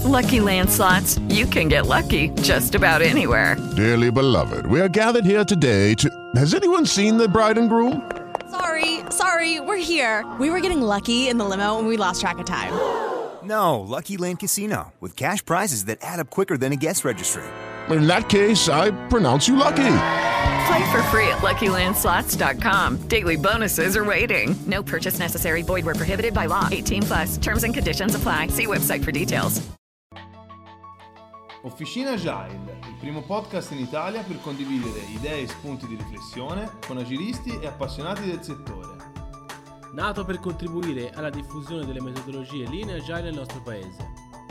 Lucky Land Slots, you can get lucky just about anywhere. Dearly beloved, we are gathered here today to... Has anyone seen the bride and groom? Sorry, we're here. We were getting lucky in the limo and we lost track of time. No, Lucky Land Casino, with cash prizes that add up quicker than a guest registry. In that case, I pronounce you lucky. Play for free at LuckyLandSlots.com. Daily bonuses are waiting. No purchase necessary. Void where prohibited by law. 18+. Terms and conditions apply. See website for details. Officina Agile, il primo podcast in Italia per condividere idee e spunti di riflessione con agilisti e appassionati del settore. Nato per contribuire alla diffusione delle metodologie Lean e Agile nel nostro paese.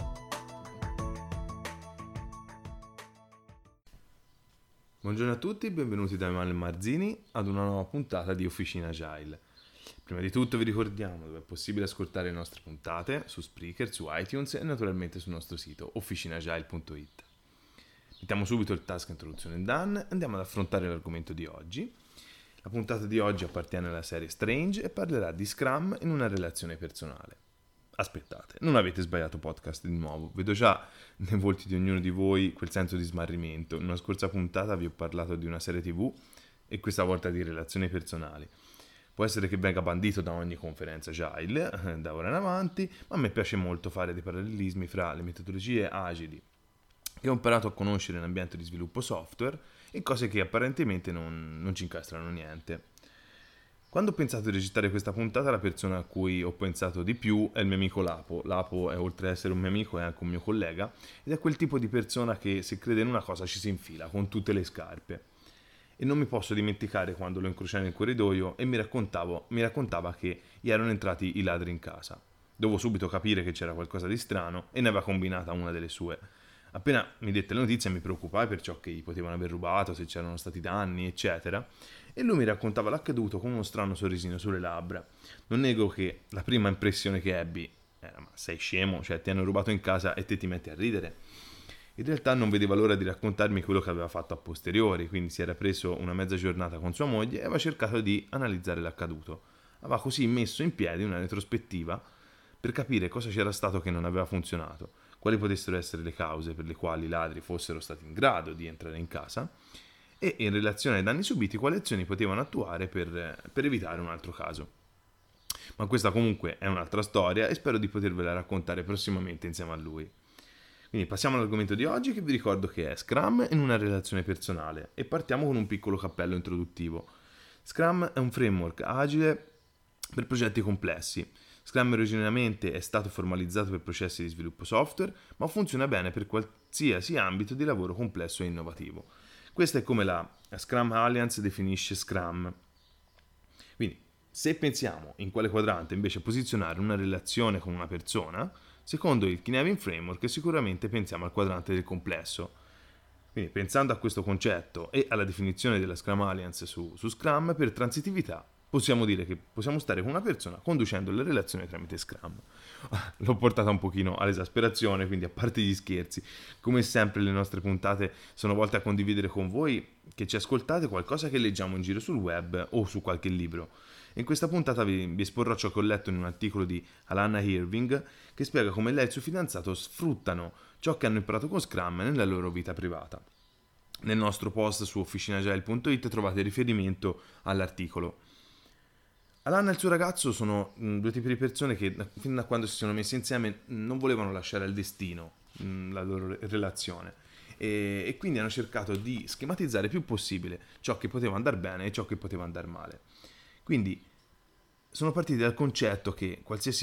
Buongiorno a tutti, benvenuti da Emanuele Marzini ad una nuova puntata di Officina Agile. Prima di tutto vi ricordiamo dove è possibile ascoltare le nostre puntate, su Spreaker, su iTunes e naturalmente sul nostro sito officinaagile.it. Mettiamo subito il task introduzione done e andiamo ad affrontare l'argomento di oggi. La puntata di oggi appartiene alla serie Strange e parlerà di Scrum in una relazione personale. Aspettate, non avete sbagliato podcast di nuovo, vedo già nei volti di ognuno di voi quel senso di smarrimento. In una scorsa puntata vi ho parlato di una serie TV e questa volta di relazioni personali. Può essere che venga bandito da ogni conferenza Agile, da ora in avanti, ma a me piace molto fare dei parallelismi fra le metodologie agili che ho imparato a conoscere in ambiente di sviluppo software e cose che apparentemente non ci incastrano niente. Quando ho pensato di registrare questa puntata, la persona a cui ho pensato di più è il mio amico Lapo. Lapo è, oltre ad essere un mio amico, è anche un mio collega ed è quel tipo di persona che se crede in una cosa ci si infila con tutte le scarpe. E non mi posso dimenticare quando lo incrociai nel corridoio e mi raccontava che gli erano entrati i ladri in casa. Dovevo subito capire che c'era qualcosa di strano e ne aveva combinata una delle sue. Appena mi dette la notizia mi preoccupai per ciò che gli potevano aver rubato, se c'erano stati danni, eccetera. E lui mi raccontava l'accaduto con uno strano sorrisino sulle labbra. Non nego che la prima impressione che ebbi era: ma sei scemo? Cioè ti hanno rubato in casa e te ti metti a ridere? In realtà non vedeva l'ora di raccontarmi quello che aveva fatto a posteriori, quindi si era preso una mezza giornata con sua moglie e aveva cercato di analizzare l'accaduto. Aveva così messo in piedi una retrospettiva per capire cosa c'era stato che non aveva funzionato, quali potessero essere le cause per le quali i ladri fossero stati in grado di entrare in casa e, in relazione ai danni subiti, quali azioni potevano attuare per evitare un altro caso. Ma questa comunque è un'altra storia e spero di potervela raccontare prossimamente insieme a lui. Quindi passiamo all'argomento di oggi, che vi ricordo che è Scrum in una relazione personale, e partiamo con un piccolo cappello introduttivo. Scrum è un framework agile per progetti complessi. Scrum originariamente è stato formalizzato per processi di sviluppo software, ma funziona bene per qualsiasi ambito di lavoro complesso e innovativo. Questa è come la Scrum Alliance definisce Scrum. Quindi, se pensiamo in quale quadrante invece posizionare una relazione con una persona, secondo il Kinevin Framework sicuramente pensiamo al quadrante del complesso. Quindi, pensando a questo concetto e alla definizione della Scrum Alliance su Scrum, per transitività possiamo dire che possiamo stare con una persona conducendo la relazione tramite Scrum. L'ho portata un pochino all'esasperazione, quindi a parte gli scherzi, come sempre le nostre puntate sono volte a condividere con voi che ci ascoltate qualcosa che leggiamo in giro sul web o su qualche libro. In questa puntata vi esporrò ciò che ho letto in un articolo di Alana Irving che spiega come lei e il suo fidanzato sfruttano ciò che hanno imparato con Scrum nella loro vita privata. Nel nostro post su officinaagile.it trovate riferimento all'articolo. Alana e il suo ragazzo sono due tipi di persone che fin da quando si sono messi insieme non volevano lasciare al destino la loro relazione e quindi hanno cercato di schematizzare il più possibile ciò che poteva andare bene e ciò che poteva andare male. Quindi sono partiti dal concetto che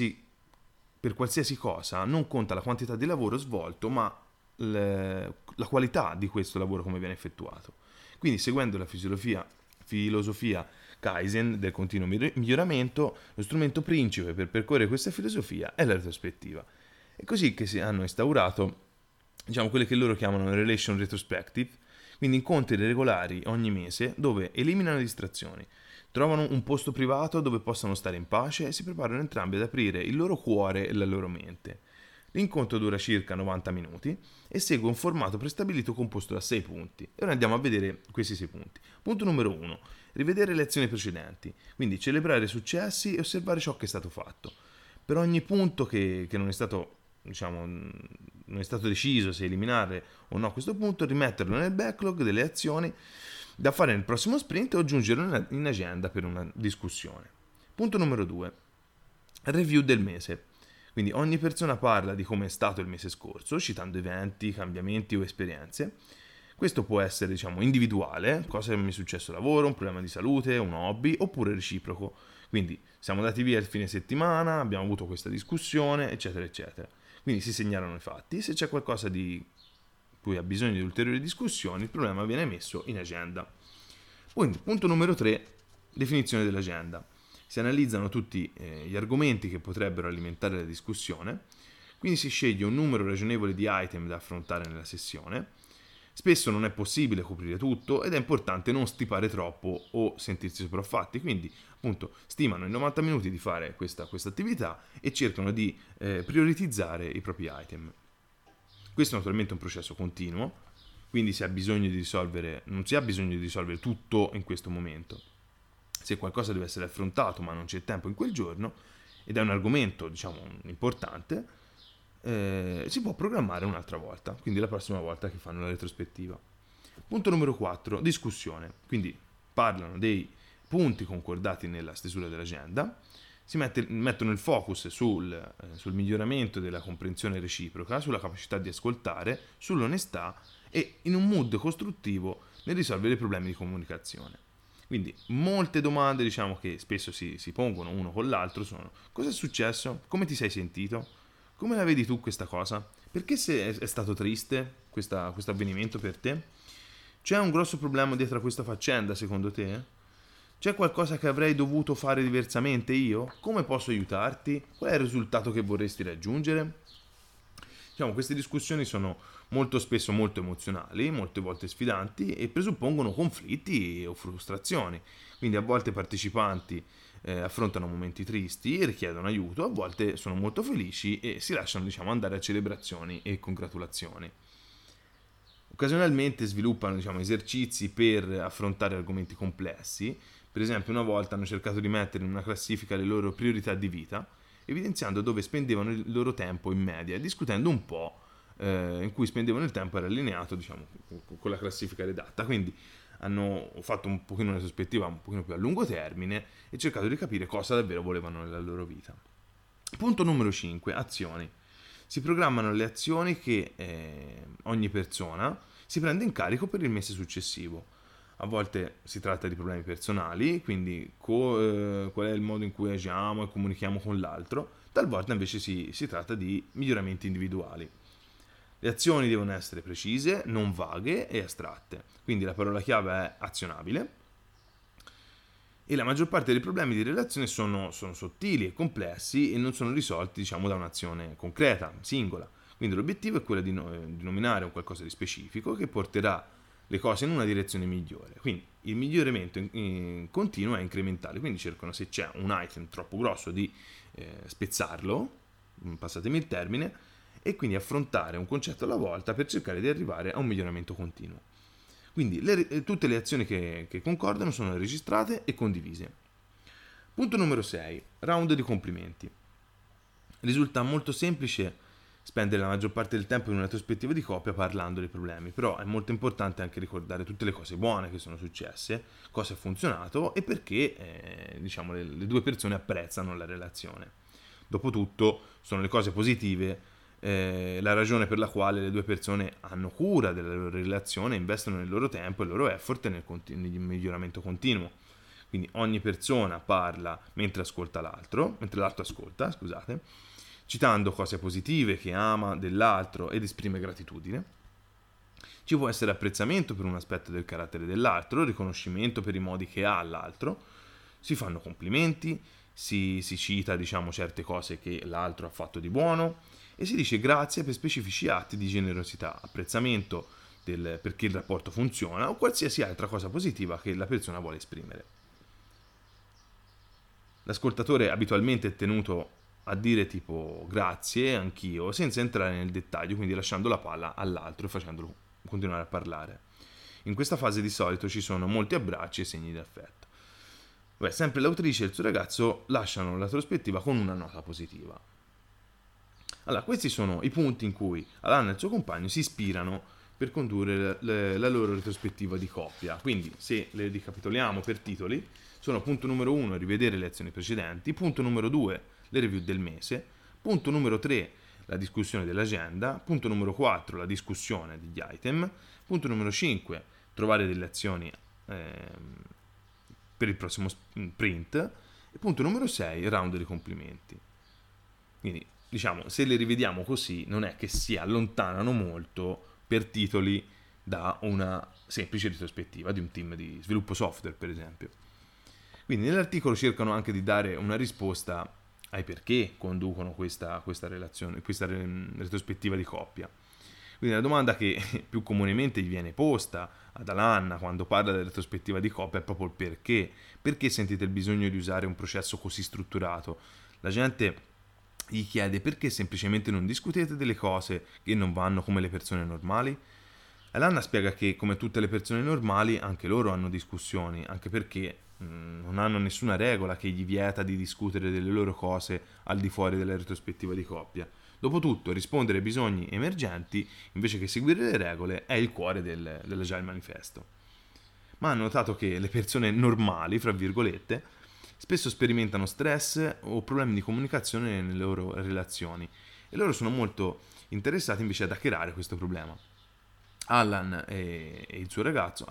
per qualsiasi cosa non conta la quantità di lavoro svolto, ma la qualità di questo lavoro, come viene effettuato. Quindi, seguendo la filosofia Kaizen del continuo miglioramento, lo strumento principe per percorrere questa filosofia è la retrospettiva. È così che si hanno instaurato, quelle che loro chiamano relation retrospective, quindi incontri regolari ogni mese dove eliminano distrazioni, trovano un posto privato dove possano stare in pace e si preparano entrambi ad aprire il loro cuore e la loro mente. L'incontro dura circa 90 minuti e segue un formato prestabilito composto da 6 punti. E ora andiamo a vedere questi 6 punti. Punto numero 1. Rivedere le azioni precedenti, quindi celebrare i successi e osservare ciò che è stato fatto. Per ogni punto che non è stato non è stato deciso se eliminare o no a questo punto, rimetterlo nel backlog delle azioni da fare nel prossimo sprint o aggiungerlo in agenda per una discussione. Punto numero 2. Review del mese. Quindi ogni persona parla di come è stato il mese scorso, citando eventi, cambiamenti o esperienze. Questo può essere, individuale, cosa mi è successo al lavoro, un problema di salute, un hobby, oppure reciproco. Quindi siamo andati via il fine settimana, abbiamo avuto questa discussione, eccetera, eccetera. Quindi si segnalano i fatti. Se c'è qualcosa di cui ha bisogno di ulteriori discussioni, il problema viene messo in agenda. Quindi, punto numero 3, definizione dell'agenda. Si analizzano tutti gli argomenti che potrebbero alimentare la discussione, quindi si sceglie un numero ragionevole di item da affrontare nella sessione. Spesso non è possibile coprire tutto ed è importante non stipare troppo o sentirsi sopraffatti, quindi appunto stimano in 90 minuti di fare questa attività e cercano di prioritizzare i propri item. Questo naturalmente è un processo continuo, quindi non si ha bisogno di risolvere tutto in questo momento. Se qualcosa deve essere affrontato ma non c'è tempo in quel giorno ed è un argomento importante, si può programmare un'altra volta, quindi la prossima volta che fanno la retrospettiva. Punto numero 4, discussione. Quindi parlano dei punti concordati nella stesura dell'agenda, mettono il focus sul miglioramento della comprensione reciproca, sulla capacità di ascoltare, sull'onestà e in un mood costruttivo nel risolvere i problemi di comunicazione. Quindi molte domande che spesso si pongono uno con l'altro sono: cosa è successo? Come ti sei sentito? Come la vedi tu questa cosa? Perché è stato triste questo avvenimento per te? C'è un grosso problema dietro a questa faccenda secondo te? C'è qualcosa che avrei dovuto fare diversamente io? Come posso aiutarti? Qual è il risultato che vorresti raggiungere? Queste discussioni sono molto spesso molto emozionali, molte volte sfidanti e presuppongono conflitti o frustrazioni. Quindi a volte i partecipanti affrontano momenti tristi e richiedono aiuto, a volte sono molto felici e si lasciano andare a celebrazioni e congratulazioni. Occasionalmente sviluppano esercizi per affrontare argomenti complessi. Per esempio una volta hanno cercato di mettere in una classifica le loro priorità di vita, evidenziando dove spendevano il loro tempo in media e discutendo un po' in cui spendevano il tempo era allineato con la classifica redatta. Quindi hanno fatto un pochino una prospettiva un pochino più a lungo termine e cercato di capire cosa davvero volevano nella loro vita. Punto numero 5, azioni. Si programmano le azioni che ogni persona si prende in carico per il mese successivo. A volte si tratta di problemi personali, quindi qual è il modo in cui agiamo e comunichiamo con l'altro. Talvolta invece si tratta di miglioramenti individuali. Le azioni devono essere precise, non vaghe e astratte. Quindi la parola chiave è azionabile. E la maggior parte dei problemi di relazione sono sottili e complessi e non sono risolti da un'azione concreta, singola. Quindi l'obiettivo è quello di nominare un qualcosa di specifico che porterà le cose in una direzione migliore. Quindi il miglioramento in continuo è incrementale, quindi cercano, se c'è un item troppo grosso, di spezzarlo, passatemi il termine, e quindi affrontare un concetto alla volta per cercare di arrivare a un miglioramento continuo. Quindi tutte le azioni che concordano sono registrate e condivise. Punto numero 6, round di complimenti. Risulta molto semplice spendere la maggior parte del tempo in una retrospettiva di coppia parlando dei problemi, però è molto importante anche ricordare tutte le cose buone che sono successe, cosa ha funzionato e perché le due persone apprezzano la relazione. Dopotutto sono le cose positive la ragione per la quale le due persone hanno cura della loro relazione, investono il loro tempo e il loro effort nel miglioramento continuo. Quindi ogni persona parla mentre l'altro ascolta, citando cose positive che ama dell'altro ed esprime gratitudine. Ci può essere apprezzamento per un aspetto del carattere dell'altro, riconoscimento per i modi che ha l'altro, si fanno complimenti, si cita certe cose che l'altro ha fatto di buono e si dice grazie per specifici atti di generosità, apprezzamento perché il rapporto funziona o qualsiasi altra cosa positiva che la persona vuole esprimere. L'ascoltatore abitualmente è tenuto a dire tipo grazie, anch'io, senza entrare nel dettaglio, quindi lasciando la palla all'altro e facendolo continuare a parlare. In questa fase di solito ci sono molti abbracci e segni di affetto. Sempre l'autrice e il suo ragazzo lasciano la retrospettiva con una nota positiva. Allora, questi sono i punti in cui Alana e il suo compagno si ispirano per condurre la loro retrospettiva di coppia. Quindi, se le ricapitoliamo per titoli, sono punto numero 1, rivedere le azioni precedenti, punto numero 2, le review del mese, punto numero 3, la discussione dell'agenda, punto numero 4, la discussione degli item, punto numero 5, trovare delle azioni per il prossimo sprint, e punto numero 6, round di complimenti. Quindi, diciamo, se le rivediamo così, non è che si allontanano molto per titoli da una semplice retrospettiva di un team di sviluppo software, per esempio. Quindi nell'articolo cercano anche di dare una risposta ai perché conducono questa relazione, questa retrospettiva di coppia. Quindi la domanda che più comunemente gli viene posta ad Alana quando parla della retrospettiva di coppia è proprio il perché. Perché sentite il bisogno di usare un processo così strutturato? La gente gli chiede perché semplicemente non discutete delle cose che non vanno come le persone normali. Alana spiega che come tutte le persone normali anche loro hanno discussioni, anche perché non hanno nessuna regola che gli vieta di discutere delle loro cose al di fuori della retrospettiva di coppia. Dopotutto, rispondere ai bisogni emergenti invece che seguire le regole è il cuore dell'Agile Manifesto. Ma hanno notato che le persone normali, fra virgolette, spesso sperimentano stress o problemi di comunicazione nelle loro relazioni e loro sono molto interessati invece ad hackerare questo problema. Alana e il suo ragazzo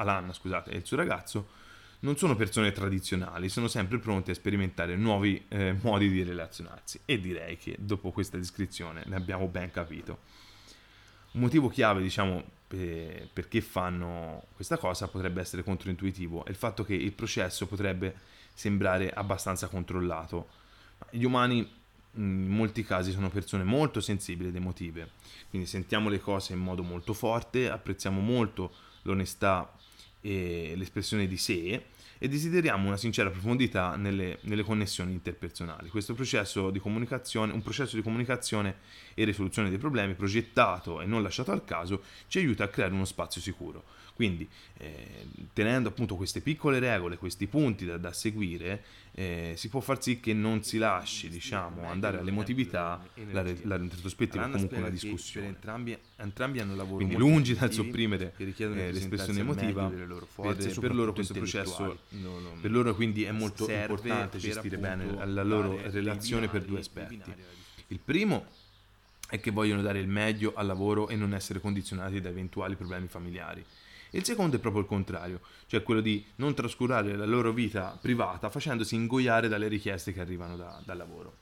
non sono persone tradizionali, sono sempre pronti a sperimentare nuovi modi di relazionarsi e direi che dopo questa descrizione ne abbiamo ben capito. Un motivo chiave, diciamo, perché fanno questa cosa potrebbe essere controintuitivo, è il fatto che il processo potrebbe sembrare abbastanza controllato. Gli umani in molti casi sono persone molto sensibili ed emotive, quindi sentiamo le cose in modo molto forte, apprezziamo molto l'onestà e l'espressione di sé e desideriamo una sincera profondità nelle connessioni interpersonali. Questo processo di comunicazione, un processo di comunicazione e risoluzione dei problemi progettato e non lasciato al caso, ci aiuta a creare uno spazio sicuro. Quindi, tenendo appunto queste piccole regole, questi punti da seguire, si può far sì che non si lasci, diciamo, andare all'emotività la retrospettiva o comunque una discussione. Entrambi hanno lavoro. Quindi, lungi dal sopprimere l'espressione emotiva, per loro questo processo, per loro quindi è molto importante gestire bene la loro relazione per due aspetti. Il primo è che vogliono dare il meglio al lavoro e non essere condizionati da eventuali problemi familiari. Il secondo è proprio il contrario, cioè quello di non trascurare la loro vita privata facendosi ingoiare dalle richieste che arrivano dal lavoro.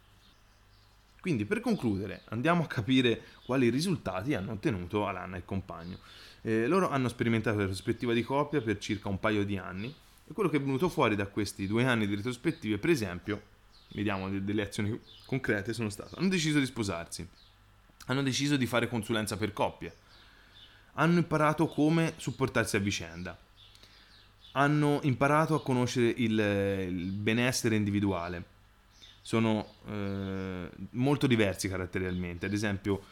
Quindi, per concludere, andiamo a capire quali risultati hanno ottenuto Alana e il compagno. Loro hanno sperimentato la retrospettiva di coppia per circa un paio di anni e quello che è venuto fuori da questi 2 anni di retrospettive, per esempio, vediamo delle azioni concrete, sono state: hanno deciso di sposarsi, hanno deciso di fare consulenza per coppie, hanno imparato come supportarsi a vicenda, hanno imparato a conoscere il benessere individuale, sono molto diversi caratterialmente. Ad esempio,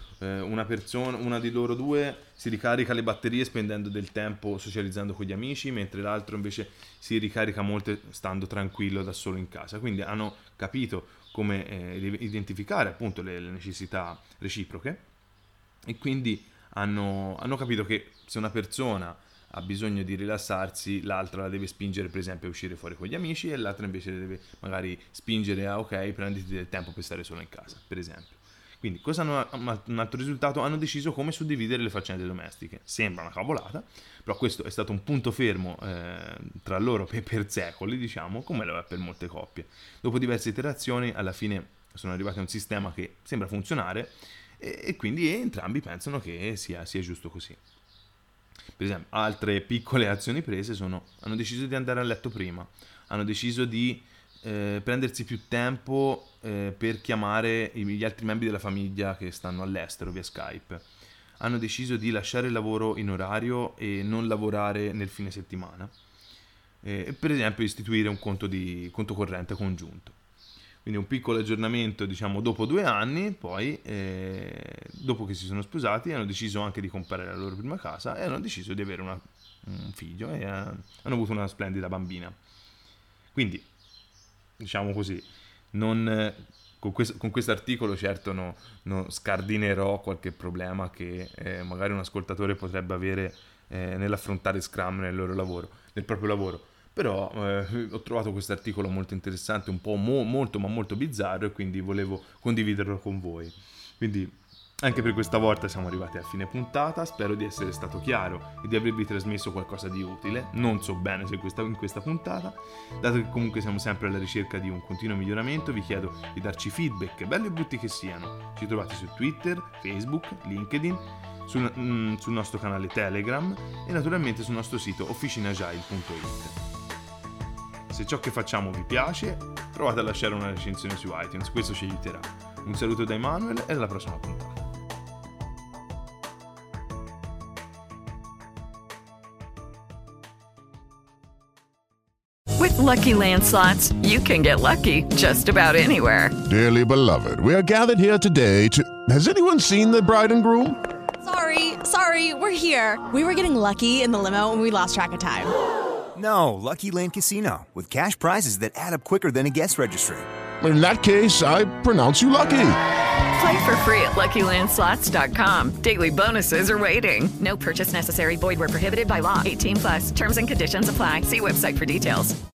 una di loro due si ricarica le batterie spendendo del tempo socializzando con gli amici, mentre l'altro invece si ricarica molto stando tranquillo da solo in casa. Quindi hanno capito come identificare appunto le necessità reciproche e quindi hanno capito che se una persona ha bisogno di rilassarsi, l'altra la deve spingere per esempio a uscire fuori con gli amici e l'altra invece deve magari spingere a ok, prenditi del tempo per stare solo in casa, per esempio. Quindi un altro risultato, hanno deciso come suddividere le faccende domestiche. Sembra una cavolata, però questo è stato un punto fermo tra loro per secoli, diciamo, come lo è per molte coppie. Dopo diverse iterazioni alla fine sono arrivati a un sistema che sembra funzionare e quindi entrambi pensano che sia giusto così. Per esempio, altre piccole azioni prese hanno deciso di andare a letto prima, hanno deciso di prendersi più tempo per chiamare gli altri membri della famiglia che stanno all'estero via Skype, hanno deciso di lasciare il lavoro in orario e non lavorare nel fine settimana, per esempio istituire un conto corrente congiunto. Quindi un piccolo aggiornamento, diciamo, dopo 2 anni, poi dopo che si sono sposati hanno deciso anche di comprare la loro prima casa e hanno deciso di avere un figlio e hanno avuto una splendida bambina. Quindi, diciamo così, non con questo articolo certo no scardinerò qualche problema che magari un ascoltatore potrebbe avere nell'affrontare Scrum nel proprio lavoro. Però ho trovato questo articolo molto interessante, un po' molto bizzarro, e quindi volevo condividerlo con voi. Quindi anche per questa volta siamo arrivati a fine puntata, spero di essere stato chiaro e di avervi trasmesso qualcosa di utile. Non so bene se in questa puntata, dato che comunque siamo sempre alla ricerca di un continuo miglioramento, vi chiedo di darci feedback, belli e brutti che siano. Ci trovate su Twitter, Facebook, LinkedIn, sul nostro canale Telegram e naturalmente sul nostro sito officinagile.it. Se ciò che facciamo vi piace, provate a lasciare una recensione su iTunes, questo ci aiuterà. Un saluto da Emanuele e alla prossima puntata. With Lucky Land Slots, you can get lucky just about anywhere. Dearly beloved, we are gathered here today to... Has anyone seen the bride and groom? Sorry, we're here. We were getting lucky in the limo and we lost track of time. No, Lucky Land Casino, with cash prizes that add up quicker than a guest registry. In that case, I pronounce you lucky. Play for free at LuckyLandSlots.com. Daily bonuses are waiting. No purchase necessary. Void where prohibited by law. 18+. Terms and conditions apply. See website for details.